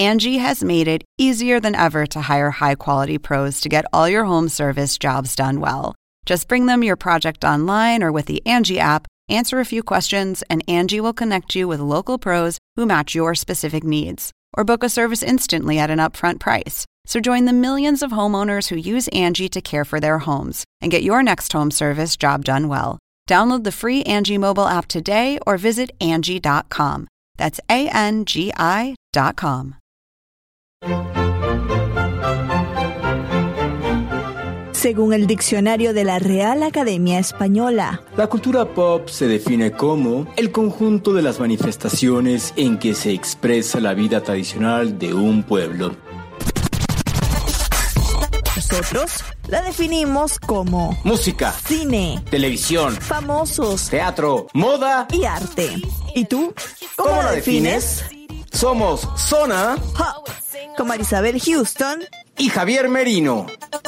Angie has made it easier than ever to hire high-quality pros to get all your home service jobs done well. Just bring them your project online or with the Angie app, answer a few questions, and Angie will connect you with local pros who match your specific needs. Or book a service instantly at an upfront price. So join the millions of homeowners who use Angie to care for their homes and get your next home service job done well. Download the free Angie mobile app today or visit Angie.com. That's ANGI.com. Según el diccionario de la Real Academia Española, la cultura pop se define como el conjunto de las manifestaciones en que se expresa la vida tradicional de un pueblo. Nosotros la definimos como música, cine, televisión, famosos, teatro, moda y arte. ¿Y tú? ¿Cómo la defines? Somos Zona Pop, con Marisabel Houston y Javier Merino.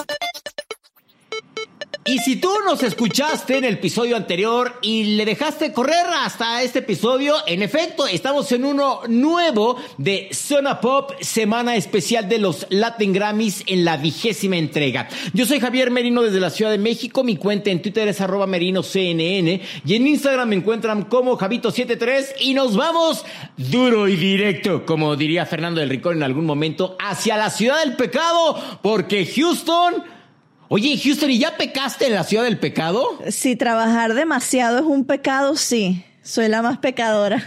Y si tú nos escuchaste en el episodio anterior y le dejaste correr hasta este episodio, en efecto, estamos en uno nuevo de Zona Pop, semana especial de los Latin Grammys en la 20ª entrega. Yo soy Javier Merino desde la Ciudad de México, mi cuenta en Twitter es @merinocnn y en Instagram me encuentran como Javito73 y nos vamos duro y directo, como diría Fernando del Rincón en algún momento, hacia la ciudad del pecado, porque Houston... Oye, Houston, ¿y ya pecaste en la ciudad del pecado? Si trabajar demasiado es un pecado, sí. Soy la más pecadora.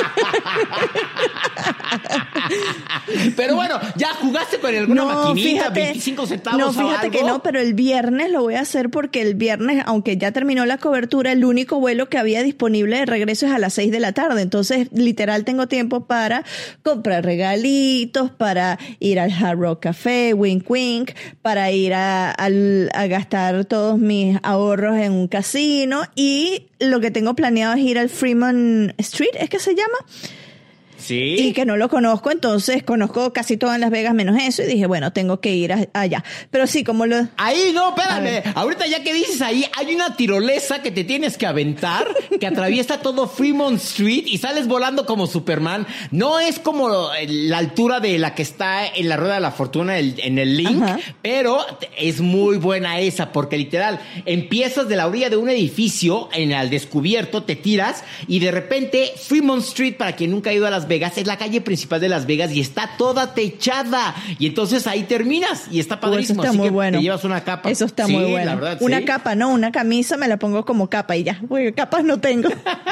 Pero bueno, ¿ya jugaste con alguna maquinita? 25 centavos. No, fíjate que no, pero el viernes lo voy a hacer porque el viernes, aunque ya terminó la cobertura, el único vuelo que había disponible de regreso es a las 6 de la tarde. Entonces, literal, tengo tiempo para comprar regalitos, para ir al Hard Rock Café, wink wink, para ir a gastar todos mis ahorros en un casino, y lo que tengo planeado es ir al Fremont Street, ¿es que se llama? Sí. Y que no lo conozco, entonces conozco casi todo en Las Vegas menos eso, y dije, bueno, tengo que ir allá. Pero sí, como lo... Ahí, no, espérame. Ahorita ya que dices ahí, hay una tirolesa que te tienes que aventar, que atraviesa todo Fremont Street y sales volando como Superman. No es como la altura de la que está en la Rueda de la Fortuna en el Link, ajá, pero es muy buena esa, porque literal, empiezas de la orilla de un edificio al descubierto, te tiras y de repente Fremont Street, para quien nunca ha ido a Las Vegas, es la calle principal de Las Vegas y está toda techada. Y entonces ahí terminas y está padrísimo. Eso está muy bueno. Te llevas una capa. Eso está muy bueno. La verdad, una capa, no, una camisa me la pongo como capa y ya. Porque capas no tengo.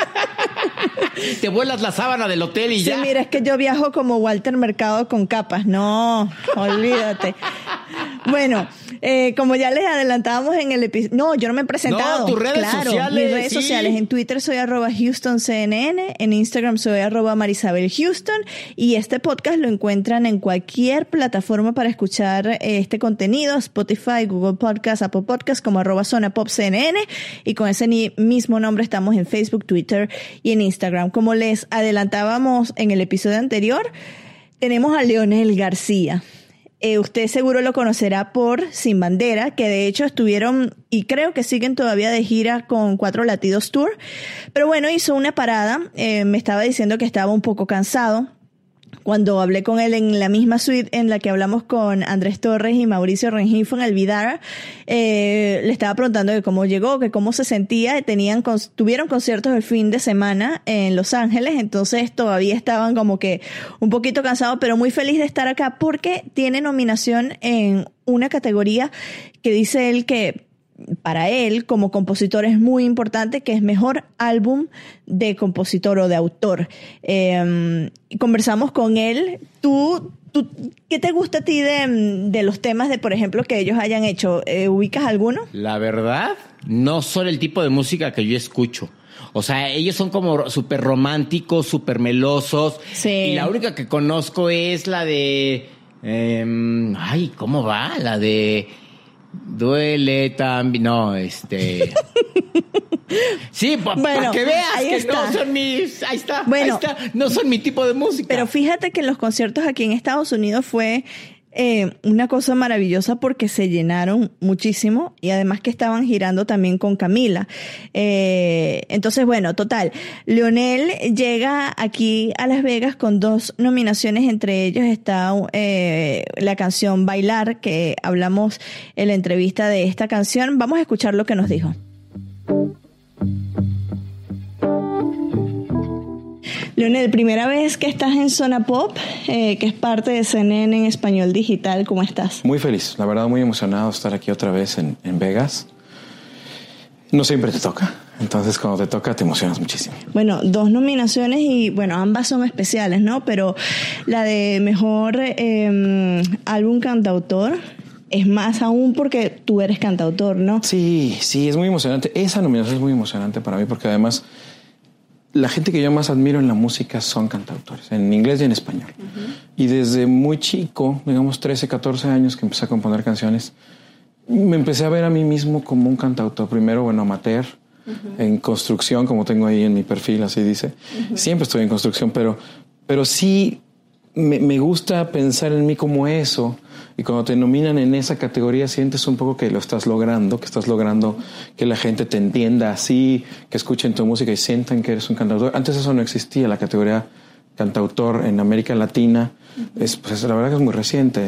Te vuelas la sábana del hotel y ya. Sí, mira, es que yo viajo como Walter Mercado con capas. No, olvídate. Bueno, como ya les adelantábamos en el episodio... No, yo no me he presentado. No, tus redes sociales. Mis redes sociales. En Twitter soy @HoustonCNN. En Instagram soy @MarisabelHouston. Y este podcast lo encuentran en cualquier plataforma para escuchar este contenido. Spotify, Google Podcast, Apple Podcast, como @ZonaPopCNN. Y con ese mismo nombre estamos en Facebook, Twitter y en Instagram. Como les adelantábamos en el episodio anterior, tenemos a Leonel García. Usted seguro lo conocerá por Sin Bandera, que de hecho estuvieron y creo que siguen todavía de gira con Cuatro Latidos Tour. Pero bueno, hizo una parada. Me estaba diciendo que estaba un poco cansado. Cuando hablé con él en la misma suite en la que hablamos con Andrés Torres y Mauricio Rengifo en el Vidara, le estaba preguntando de cómo llegó, que cómo se sentía. Tuvieron conciertos el fin de semana en Los Ángeles, entonces todavía estaban como que un poquito cansados, pero muy feliz de estar acá porque tiene nominación en una categoría que dice él que para él como compositor es muy importante, que es mejor álbum de compositor o de autor. Conversamos con él. ¿Tú qué te gusta a ti de los temas de, por ejemplo, que ellos hayan hecho? ¿Ubicas alguno? La verdad, no son el tipo de música que yo escucho. O sea, ellos son como súper románticos, súper melosos. Sí. Y la única que conozco es la de... ¿cómo va? La de... Duele también... No, Sí, bueno, para que veas que está. No son mis... Ahí está, bueno, ahí está. No son mi tipo de música. Pero fíjate que en los conciertos aquí en Estados Unidos fue una cosa maravillosa porque se llenaron muchísimo y además que estaban girando también con Camila. Entonces, bueno, total. Leonel llega aquí a Las Vegas con 2 nominaciones, entre ellos está la canción Bailar, que hablamos en la entrevista de esta canción. Vamos a escuchar lo que nos dijo. Leonel, primera vez que estás en Zona Pop, que es parte de CNN en español digital. ¿Cómo estás? Muy feliz, la verdad muy emocionado de estar aquí otra vez en Vegas. No siempre te toca, entonces cuando te toca te emocionas muchísimo. Bueno, 2 nominaciones y bueno, ambas son especiales, ¿no? Pero la de mejor álbum cantautor es más aún porque tú eres cantautor, ¿no? Sí, es muy emocionante. Esa nominación es muy emocionante para mí porque además la gente que yo más admiro en la música son cantautores, en inglés y en español. Uh-huh. Y desde muy chico, digamos 13, 14 años que empecé a componer canciones, me empecé a ver a mí mismo como un cantautor. Primero, bueno, amateur, uh-huh, en construcción, como tengo ahí en mi perfil, así dice. Uh-huh. Siempre estoy en construcción, pero sí me gusta pensar en mí como eso. Y cuando te nominan en esa categoría sientes un poco que lo estás logrando, que la gente te entienda así, que escuchen tu música y sientan que eres un cantautor. Antes eso no existía, la categoría cantautor en América Latina. Pues la verdad que es muy reciente.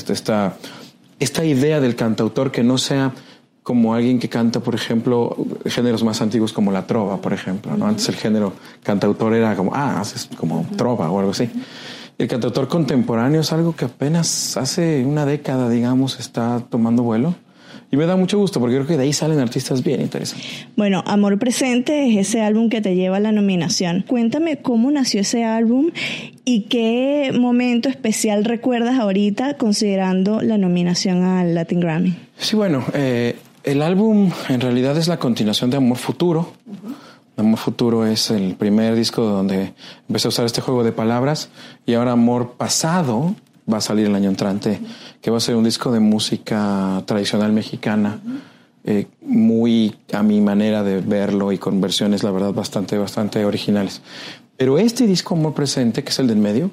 Esta idea del cantautor que no sea como alguien que canta, por ejemplo, géneros más antiguos como la trova, por ejemplo, ¿no? Antes el género cantautor era como, haces como trova o algo así. El cantautor contemporáneo es algo que apenas hace una década, digamos, está tomando vuelo. Y me da mucho gusto porque creo que de ahí salen artistas bien interesantes. Bueno, Amor Presente es ese álbum que te lleva a la nominación. Cuéntame cómo nació ese álbum y qué momento especial recuerdas ahorita considerando la nominación al Latin Grammy. Sí, bueno, el álbum en realidad es la continuación de Amor Futuro. Uh-huh. Amor Futuro es el primer disco donde empecé a usar este juego de palabras y ahora Amor Pasado va a salir el año entrante, que va a ser un disco de música tradicional mexicana, muy a mi manera de verlo y con versiones, la verdad, bastante originales. Pero este disco Amor Presente, que es el del medio,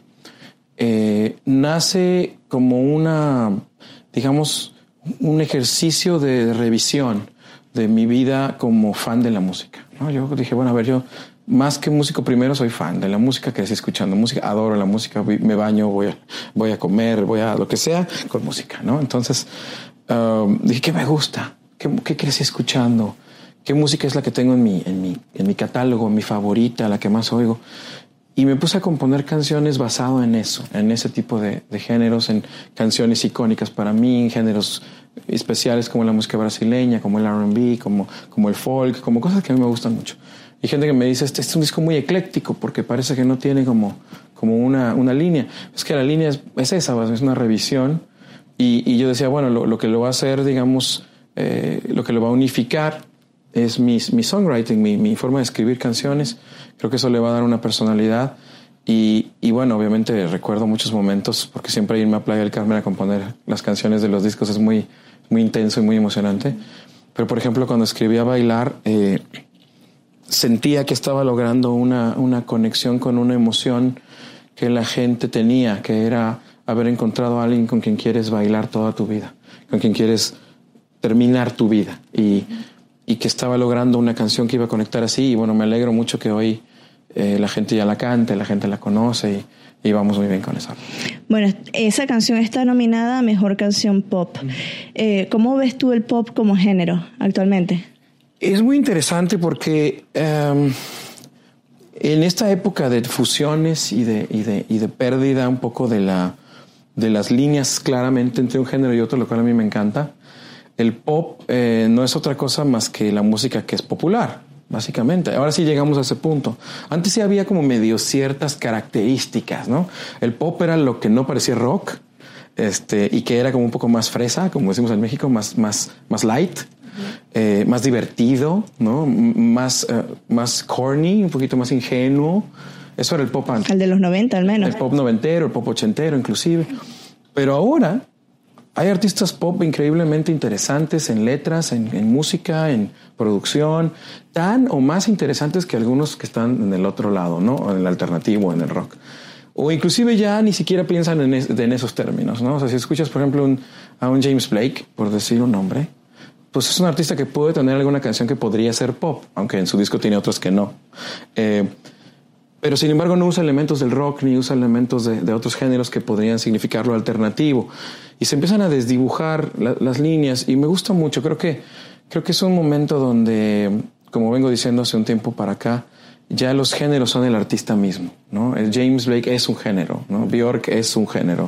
nace como digamos, un ejercicio de revisión de mi vida como fan de la música, ¿no? Yo dije, bueno, a ver, yo más que músico primero soy fan de la música, crecí escuchando música, adoro la música, me baño, voy a comer, voy a lo que sea con música, ¿no? Entonces dije, ¿qué me gusta? ¿Qué crecí escuchando? ¿Qué música es la que tengo en mi catálogo, mi favorita, la que más oigo? Y me puse a componer canciones basado en eso, en ese tipo de géneros, en canciones icónicas para mí, en géneros especiales como la música brasileña, como el R&B, como el folk, como cosas que a mí me gustan mucho. Y gente que me dice, este es un disco muy ecléctico porque parece que no tiene como una línea. Es que la línea es esa, es una revisión. Y yo decía, bueno, lo que lo va a hacer, digamos, lo que lo va a unificar es mi songwriting, mi forma de escribir canciones. Creo que eso le va a dar una personalidad. Y bueno, obviamente recuerdo muchos momentos porque siempre irme a Playa del Carmen a componer las canciones de los discos es muy, muy intenso y muy emocionante. Pero, por ejemplo, cuando escribía Bailar, sentía que estaba logrando una conexión con una emoción que la gente tenía, que era haber encontrado a alguien con quien quieres bailar toda tu vida, con quien quieres terminar tu vida. Y que estaba logrando una canción que iba a conectar así. Y bueno, me alegro mucho que hoy la gente ya la cante, la gente la conoce y vamos muy bien con eso. Bueno, esa canción está nominada a Mejor Canción Pop. ¿Cómo ves tú el pop como género actualmente? Es muy interesante porque en esta época de fusiones y de pérdida un poco de las líneas claramente entre un género y otro, lo cual a mí me encanta, el pop no es otra cosa más que la música que es popular, básicamente. Ahora sí llegamos a ese punto. Antes sí había como medio ciertas características, ¿no? El pop era lo que no parecía rock, y que era como un poco más fresa, como decimos en México, más light, más divertido, ¿no? Más corny, un poquito más ingenuo. Eso era el pop antes. El de los 90 al menos. El pop noventero, el pop ochentero inclusive. Pero ahora hay artistas pop increíblemente interesantes en letras, en música, en producción, tan o más interesantes que algunos que están en el otro lado, ¿no? En el alternativo, en el rock. o inclusive ya ni siquiera piensan en esos términos, ¿no? O sea, si escuchas, por ejemplo, a un James Blake, por decir un nombre, pues es un artista que puede tener alguna canción que podría ser pop, aunque en su disco tiene otras que no. Pero sin embargo no usa elementos del rock ni usa elementos de otros géneros que podrían significar lo alternativo. Y se empiezan a desdibujar las líneas y me gusta mucho. Creo que es un momento donde, como vengo diciendo hace un tiempo para acá, ya los géneros son el artista mismo, ¿no? El James Blake es un género, ¿no? Björk es un género.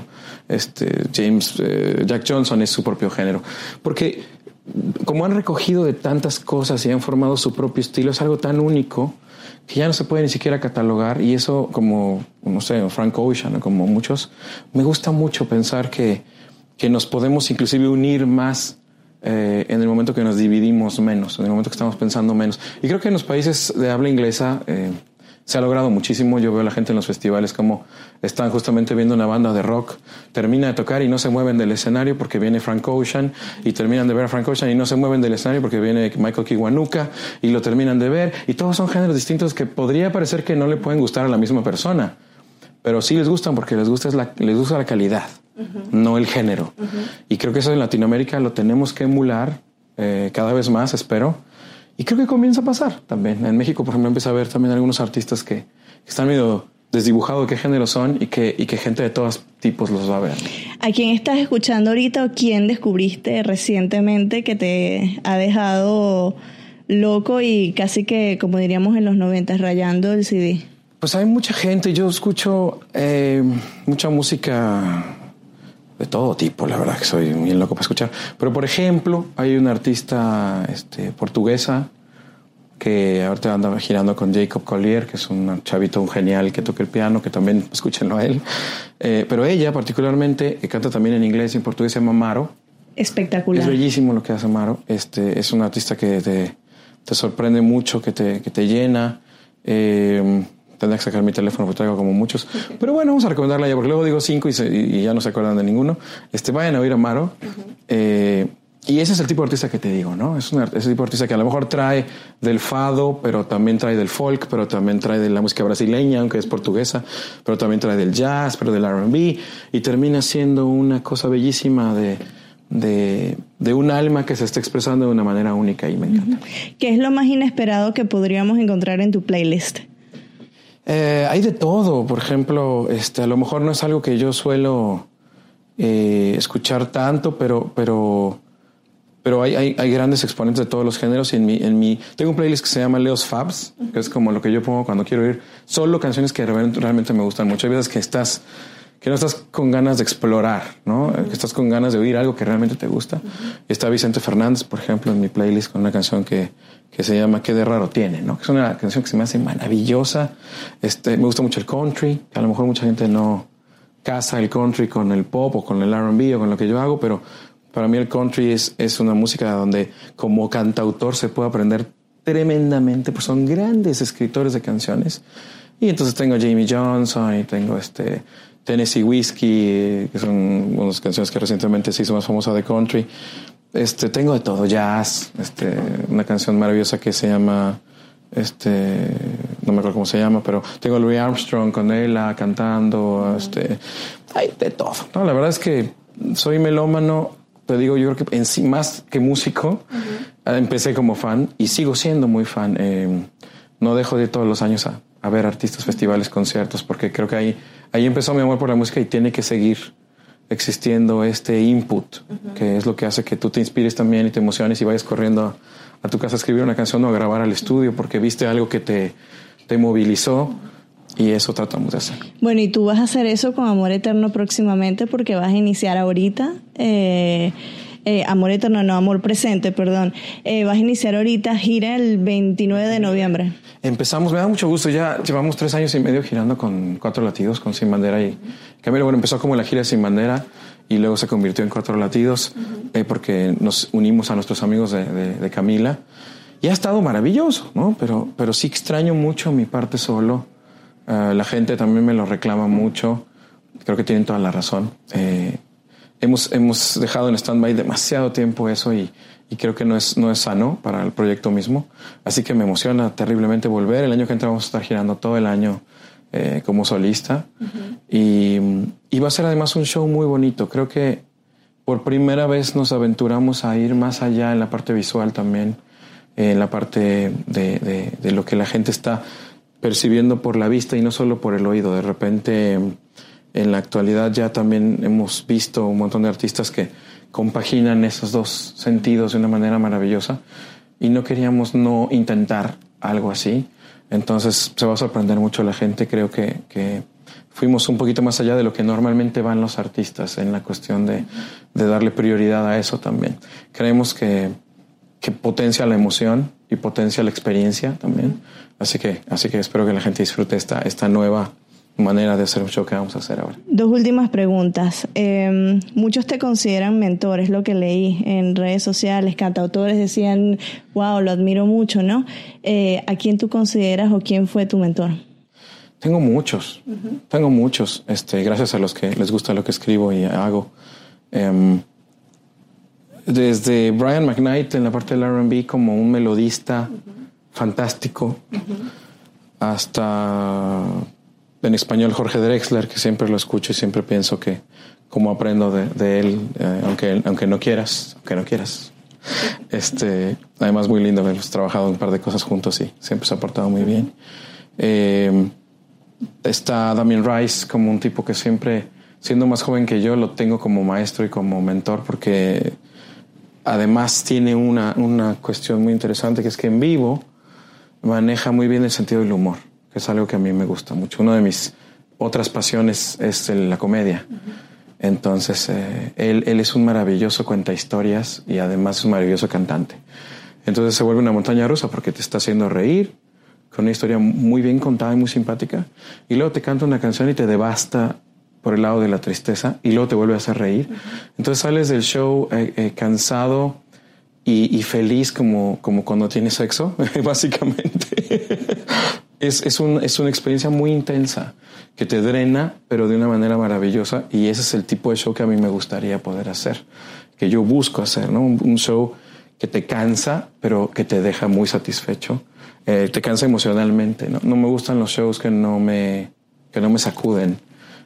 Jack Johnson es su propio género. Porque como han recogido de tantas cosas y han formado su propio estilo, es algo tan único que ya no se puede ni siquiera catalogar. Y eso, como, no sé, Frank Ocean, como muchos, me gusta mucho pensar que nos podemos inclusive unir más en el momento que nos dividimos menos, en el momento que estamos pensando menos. Y creo que en los países de habla inglesa se ha logrado muchísimo. Yo veo a la gente en los festivales como están justamente viendo una banda de rock, termina de tocar y no se mueven del escenario porque viene Frank Ocean, y terminan de ver a Frank Ocean y no se mueven del escenario porque viene Michael Kiwanuka y lo terminan de ver, y todos son géneros distintos que podría parecer que no le pueden gustar a la misma persona, pero sí les gustan porque les gusta la calidad, no el género. Y creo que eso en Latinoamérica lo tenemos que emular cada vez más, espero. Y creo que comienza a pasar también. En México, por ejemplo, empieza a ver también algunos artistas que están medio desdibujados de qué género son y que gente de todos tipos los va a ver. ¿A quién estás escuchando ahorita o quién descubriste recientemente que te ha dejado loco y casi que, como diríamos en los 90, rayando el CD? Pues hay mucha gente. Yo escucho mucha música de todo tipo, la verdad que soy bien loco para escuchar. Pero, por ejemplo, hay una artista portuguesa que ahorita anda girando con Jacob Collier, que es un chavito, un genial que toca el piano, que también escúchenlo a él. Pero ella particularmente, que canta también en inglés y en portugués, se llama Maro. Espectacular. Es bellísimo lo que hace Maro. Es una artista que te sorprende mucho, que te llena. Tendría que sacar mi teléfono porque traigo como muchos. Pero bueno, vamos a recomendarla ya, porque luego digo 5 y ya no se acuerdan de ninguno. Vayan a oír a Maro. Y ese es el tipo de artista que te digo, ¿no? Es ese tipo de artista que a lo mejor trae del fado, pero también trae del folk, pero también trae de la música brasileña, aunque es portuguesa, pero también trae del jazz, pero del R&B, y termina siendo una cosa bellísima de un alma que se está expresando de una manera única, y me encanta. ¿Qué es lo más inesperado que podríamos encontrar en tu playlist? Hay de todo. Por ejemplo, a lo mejor no es algo que yo suelo escuchar tanto, pero hay grandes exponentes de todos los géneros. Y tengo un playlist que se llama Leo's Fabs, que es como lo que yo pongo cuando quiero oír solo canciones que realmente me gustan mucho. Hay veces que no estás con ganas de explorar, ¿no? Que estás con ganas de oír algo que realmente te gusta. Está Vicente Fernández, por ejemplo, en mi playlist con una canción que se llama ¿Qué de raro tiene?, ¿no? Que es una canción que se me hace maravillosa. Me gusta mucho el country, que a lo mejor mucha gente no casa el country con el pop o con el R&B o con lo que yo hago, pero para mí el country es una música donde como cantautor se puede aprender tremendamente, pues son grandes escritores de canciones. Y entonces tengo Jamie Johnson y tengo Tennessee Whiskey, que son unas canciones que recientemente se hizo más famosa de country. Tengo de todo, jazz, una canción maravillosa que se llama, no me acuerdo cómo se llama, pero tengo a Louis Armstrong con ella cantando, hay de todo, ¿no? La verdad es que soy melómano, te digo, yo creo que en sí, más que músico, empecé como fan y sigo siendo muy fan. No dejo de ir todos los años a ver artistas, festivales, conciertos, porque creo que ahí empezó mi amor por la música y tiene que seguir existiendo este input, que es lo que hace que tú te inspires también y te emociones y vayas corriendo a tu casa a escribir una canción o a grabar al estudio porque viste algo que te movilizó, y eso tratamos de hacer. Bueno, y tú vas a hacer eso con Amor Eterno próximamente porque vas a iniciar ahorita Amor Eterno, no, Amor Presente, perdón. Vas a iniciar ahorita gira el 29 de noviembre. Empezamos, me da mucho gusto, ya llevamos 3 años y medio girando con 4 Latidos, con Sin Bandera, y Camilo, bueno, empezó como la gira Sin Bandera y luego se convirtió en 4 Latidos, porque nos unimos a nuestros amigos de Camila, y ha estado maravilloso, ¿no? Pero sí extraño mucho mi parte solo. La gente también me lo reclama mucho, creo que tienen toda la razón. Hemos dejado en stand-by demasiado tiempo eso y creo que no es sano para el proyecto mismo. Así que me emociona terriblemente volver. El año que entra vamos a estar girando todo el año como solista. Y va a ser además un show muy bonito. Creo que por primera vez nos aventuramos a ir más allá en la parte visual también, en la parte de lo que la gente está percibiendo por la vista y no solo por el oído. De repente, en la actualidad ya también hemos visto un montón de artistas que compaginan esos dos sentidos de una manera maravillosa y no queríamos no intentar algo así. Entonces se va a sorprender mucho la gente. Creo que fuimos un poquito más allá de lo que normalmente van los artistas en la cuestión de darle prioridad a eso también. Creemos que potencia la emoción y potencia la experiencia también. Así que espero que la gente disfrute esta nueva manera de hacer un show que vamos a hacer ahora. 2 últimas preguntas. Muchos te consideran mentores, lo que leí en redes sociales, cantautores decían, wow, lo admiro mucho, ¿no? ¿A quién tú consideras o quién fue tu mentor? Tengo muchos, gracias a los que les gusta lo que escribo y hago. Desde Brian McKnight en la parte del R&B como un melodista fantástico, hasta en español Jorge Drexler, que siempre lo escucho y siempre pienso que cómo aprendo de él, aunque no quieras. Además muy lindo, hemos trabajado un par de cosas juntos y siempre se ha portado muy bien. Está Damien Rice como un tipo que siempre, siendo más joven que yo, lo tengo como maestro y como mentor, porque además tiene una cuestión muy interesante, que es que en vivo maneja muy bien el sentido del humor, que es algo que a mí me gusta mucho. Una de mis otras pasiones es la comedia. Entonces, él es un maravilloso cuentahistorias y además es un maravilloso cantante. Entonces se vuelve una montaña rusa porque te está haciendo reír con una historia muy bien contada y muy simpática, y luego te canta una canción y te devasta por el lado de la tristeza y luego te vuelve a hacer reír. Entonces sales del show cansado y feliz como cuando tienes sexo, básicamente. Es una experiencia muy intensa que te drena, pero de una manera maravillosa, y ese es el tipo de show que a mí me gustaría poder hacer, que yo busco hacer, ¿no? Un show que te cansa, pero que te deja muy satisfecho. Te cansa emocionalmente, ¿no? No me gustan los shows que no me sacuden.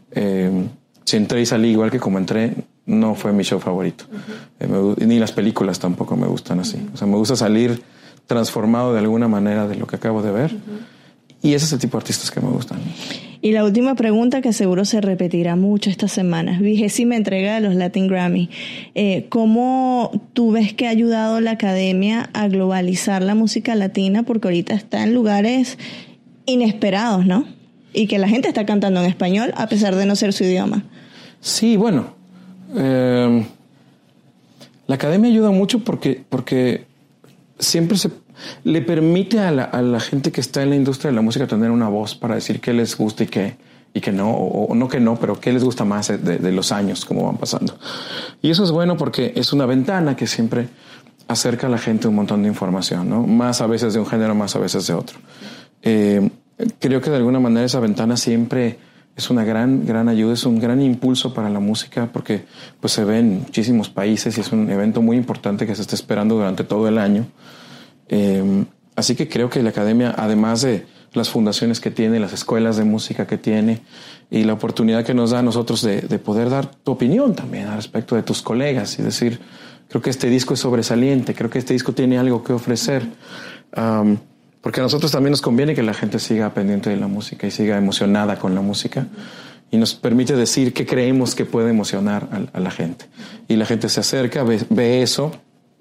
Si entré y salí igual que como entré, no fue mi show favorito. Ni las películas tampoco me gustan así. O sea, me gusta salir transformado de alguna manera de lo que acabo de ver. Y ese es el tipo de artistas que me gustan. Y la última pregunta, que seguro se repetirá mucho esta semana. 20ª entrega de los Latin Grammy. ¿Cómo tú ves que ha ayudado la academia a globalizar la música latina? Porque ahorita está en lugares inesperados, ¿no? Y que la gente está cantando en español a pesar de no ser su idioma. Sí, bueno. La academia ayuda mucho porque siempre le permite a la gente que está en la industria de la música tener una voz para decir qué les gusta y qué no, o no que no, pero qué les gusta más de los años, cómo van pasando. Y eso es bueno porque es una ventana que siempre acerca a la gente un montón de información, ¿no? Más a veces de un género, más a veces de otro. Creo que de alguna manera esa ventana siempre es una gran ayuda, es un gran impulso para la música, porque pues se ve en muchísimos países y es un evento muy importante que se está esperando durante todo el año. Así que creo que la academia, además de las fundaciones que tiene, las escuelas de música que tiene y la oportunidad que nos da a nosotros de poder dar tu opinión también al respecto de tus colegas y decir, creo que este disco es sobresaliente, creo que este disco tiene algo que ofrecer, porque a nosotros también nos conviene que la gente siga pendiente de la música y siga emocionada con la música, y nos permite decir qué creemos que puede emocionar a la gente, y la gente se acerca, ve eso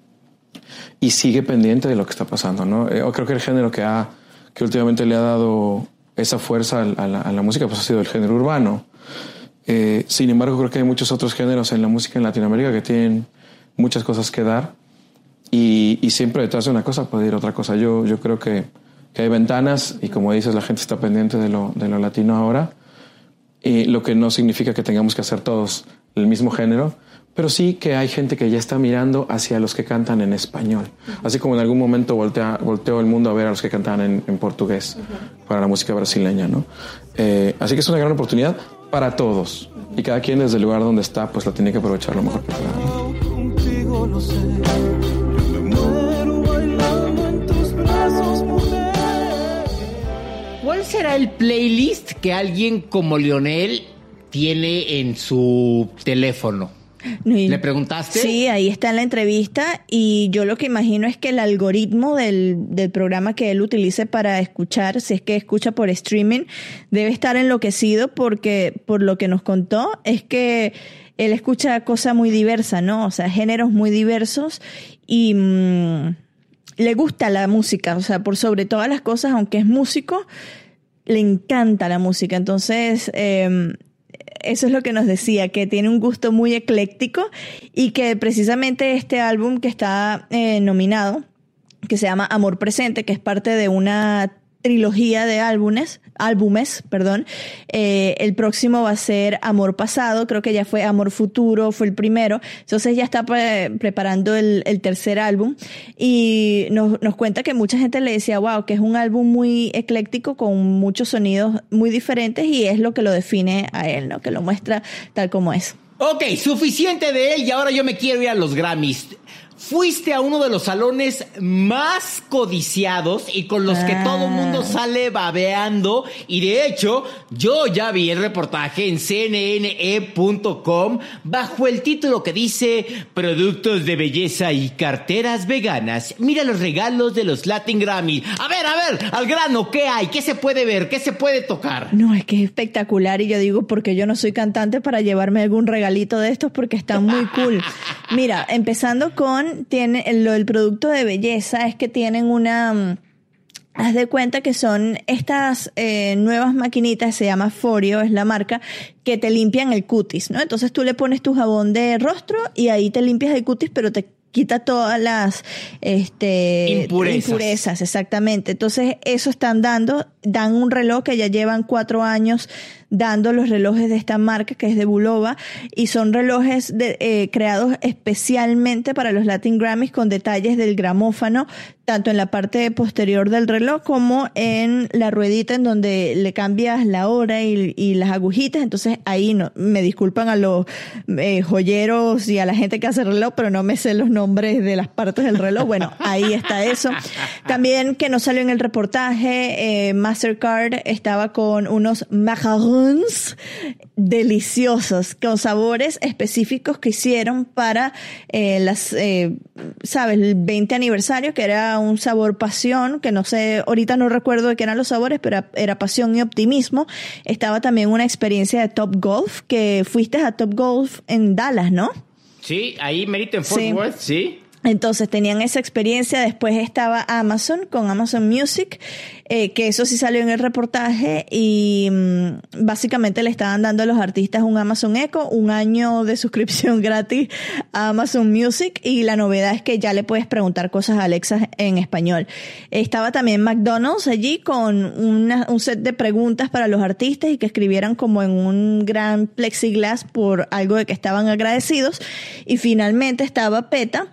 y sigue pendiente de lo que está pasando, ¿no? Yo creo que el género que últimamente le ha dado esa fuerza a la música pues ha sido el género urbano. Sin embargo, creo que hay muchos otros géneros en la música en Latinoamérica que tienen muchas cosas que dar, y siempre detrás de una cosa puede ir otra cosa. Yo creo que hay ventanas, y como dices, la gente está pendiente de lo latino ahora, y lo que no significa que tengamos que hacer todos el mismo género, pero sí que hay gente que ya está mirando hacia los que cantan en español. Así como en algún momento volteó el mundo a ver a los que cantaban en portugués para la música brasileña, ¿no? Así que es una gran oportunidad para todos. Y cada quien desde el lugar donde está, pues la tiene que aprovechar lo mejor que pueda. Contigo lo sé. Me muero bailando en tus brazos, mujer. ¿Cuál será el playlist que alguien como Lionel tiene en su teléfono? ¿Le preguntaste? Sí, ahí está en la entrevista y yo lo que imagino es que el algoritmo del programa que él utilice para escuchar, si es que escucha por streaming, debe estar enloquecido porque por lo que nos contó es que él escucha cosas muy diversas, ¿no? O sea, géneros muy diversos y le gusta la música, o sea, por sobre todas las cosas, aunque es músico, le encanta la música. Entonces, eso es lo que nos decía, que tiene un gusto muy ecléctico y que precisamente este álbum que está nominado, que se llama Amor Presente, que es parte de una trilogía de álbumes, el próximo va a ser Amor Pasado, creo que ya fue Amor Futuro, fue el primero, entonces ya está preparando el tercer álbum y nos cuenta que mucha gente le decía, wow, que es un álbum muy ecléctico con muchos sonidos muy diferentes y es lo que lo define a él, ¿no? Que lo muestra tal como es. Ok, suficiente de él y ahora yo me quiero ir a los Grammys. Fuiste a uno de los salones más codiciados y con los que todo el mundo sale babeando. Y de hecho, yo ya vi el reportaje en cnne.com bajo el título que dice Productos de belleza y carteras veganas. Mira los regalos de los Latin Grammy. A ver, al grano, ¿qué hay? ¿Qué se puede ver? ¿Qué se puede tocar? No, es que es espectacular y yo digo, porque yo no soy cantante para llevarme algún regalito de estos porque están muy cool. Mira, empezando con lo del producto de belleza, es que tienen una, haz de cuenta que son estas nuevas maquinitas, se llama Foreo, es la marca, que te limpian el cutis, ¿no? Entonces tú le pones tu jabón de rostro y ahí te limpias el cutis, pero te quita todas las impurezas, exactamente. Entonces eso dan un reloj que ya llevan 4 años dando los relojes de esta marca que es de Bulova y son relojes creados especialmente para los Latin Grammys con detalles del gramófono tanto en la parte posterior del reloj como en la ruedita en donde le cambias la hora y las agujitas. Entonces ahí no, me disculpan a los joyeros y a la gente que hace reloj, pero no me sé los nombres de las partes del reloj. Bueno, ahí está eso. También que no salió en el reportaje, Mastercard estaba con unos macarons deliciosos con sabores específicos que hicieron para ¿sabes? El 20 aniversario, que era un sabor pasión, que no sé, ahorita no recuerdo de qué eran los sabores, pero era pasión y optimismo. Estaba también una experiencia de Top Golf, que fuiste a Top Golf en Dallas, ¿no? Sí, ahí merito en Fort Worth, sí. Entonces tenían esa experiencia. Después estaba Amazon con Amazon Music, que eso sí salió en el reportaje y básicamente le estaban dando a los artistas un Amazon Echo, 1 año de suscripción gratis a Amazon Music y la novedad es que ya le puedes preguntar cosas a Alexa en español. Estaba también McDonald's allí con un set de preguntas para los artistas y que escribieran como en un gran plexiglass por algo de que estaban agradecidos. Y finalmente estaba PETA,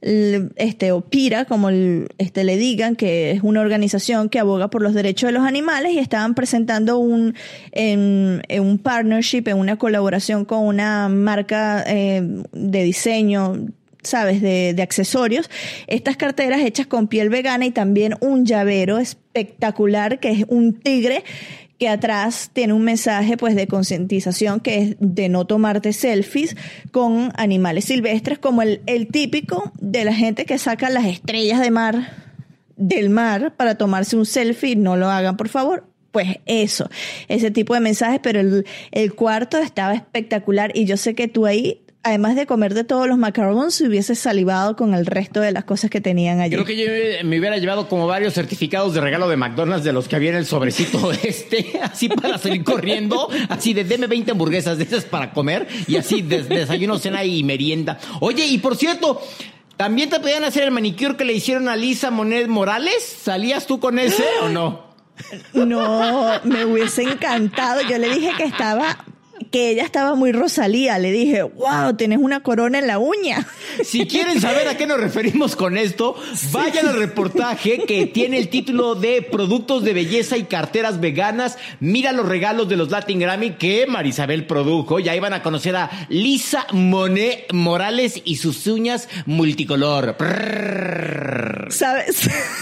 o PETA, como le digan, que es una organización que aboga por los derechos de los animales y estaban presentando un partnership, en una colaboración con una marca de diseño, ¿sabes? De accesorios. Estas carteras hechas con piel vegana y también un llavero espectacular que es un tigre que atrás tiene un mensaje pues de concientización que es de no tomarte selfies con animales silvestres, como el típico de la gente que saca las estrellas del mar para tomarse un selfie. No lo hagan, por favor. Pues eso, ese tipo de mensajes, pero el cuarto estaba espectacular y yo sé que tú ahí, además de comer de todos los macarons, hubieses salivado con el resto de las cosas que tenían allí. Creo que yo me hubiera llevado como varios certificados de regalo de McDonald's de los que había en el sobrecito así para salir corriendo, así de deme 20 hamburguesas de esas para comer y así desayuno, cena y merienda. Oye, y por cierto, ¿también te podían hacer el manicure que le hicieron a Lisa Monet Morales? ¿Salías tú con ese o no? No, me hubiese encantado. Yo le dije que ella estaba muy Rosalía. Le dije, wow, tienes una corona en la uña. Si quieren saber a qué nos referimos con esto, vayan al reportaje que tiene el título de Productos de belleza y carteras veganas. Mira los regalos de los Latin Grammy que Marisabel produjo. Y ahí van a conocer a Lisa Monet Morales y sus uñas multicolor. ¿Sabes?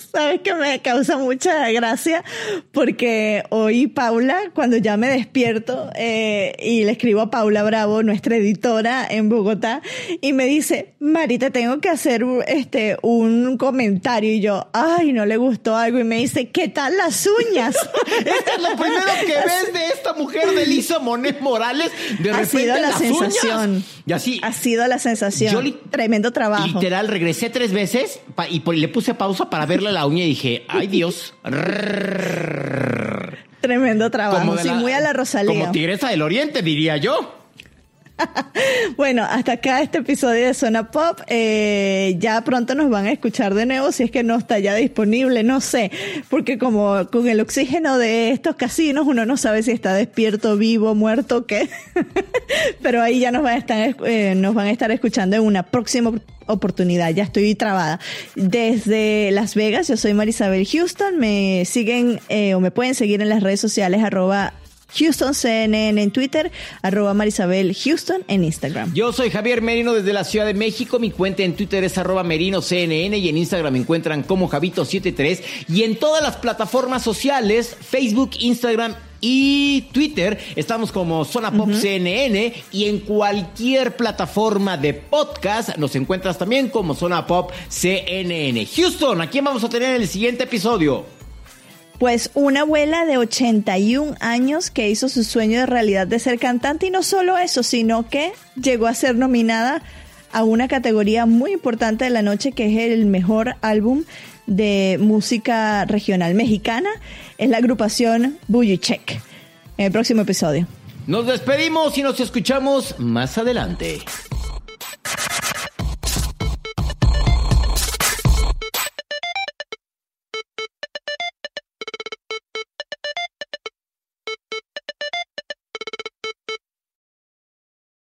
Sabes que me causa mucha gracia porque hoy Paula, cuando ya me despierto y le escribo a Paula Bravo, nuestra editora en Bogotá, y me dice, Mari, te tengo que hacer un comentario, y yo, ay, no le gustó algo, y me dice, ¿qué tal las uñas? Esto es lo primero que ves de esta mujer de Lisa Monet Morales. De repente, ha sido la las sensación. Uñas. Y así. Ha sido la sensación. Tremendo trabajo. Literal, regresé 3 veces y le puse pausa para verle la uña y dije, ay Dios. Tremendo trabajo. Sí, muy a la Rosalía. Como Tigresa del Oriente, diría yo. Bueno, hasta acá este episodio de Zona Pop. Ya pronto nos van a escuchar de nuevo, si es que no está ya disponible, no sé, porque como con el oxígeno de estos casinos uno no sabe si está despierto, vivo, muerto, qué. Pero ahí ya nos van a estar escuchando en una próxima oportunidad. Ya estoy trabada. Desde Las Vegas, yo soy Marisabel Houston. Me siguen o me pueden seguir en las redes sociales @HoustonCNN en Twitter, @MarisabelHouston en Instagram. Yo soy Javier Merino desde la Ciudad de México. Mi cuenta en Twitter es @MerinoCNN y en Instagram me encuentran como Javito73. Y en todas las plataformas sociales, Facebook, Instagram y Twitter, estamos como Zona Pop CNN, y en cualquier plataforma de podcast nos encuentras también como Zona Pop CNN. Houston, ¿a quién vamos a tener en el siguiente episodio? Pues una abuela de 81 años que hizo su sueño de realidad de ser cantante, y no solo eso, sino que llegó a ser nominada a una categoría muy importante de la noche, que es el mejor álbum de música regional mexicana. Es la agrupación Buyuchek. En el próximo episodio. Nos despedimos y nos escuchamos más adelante.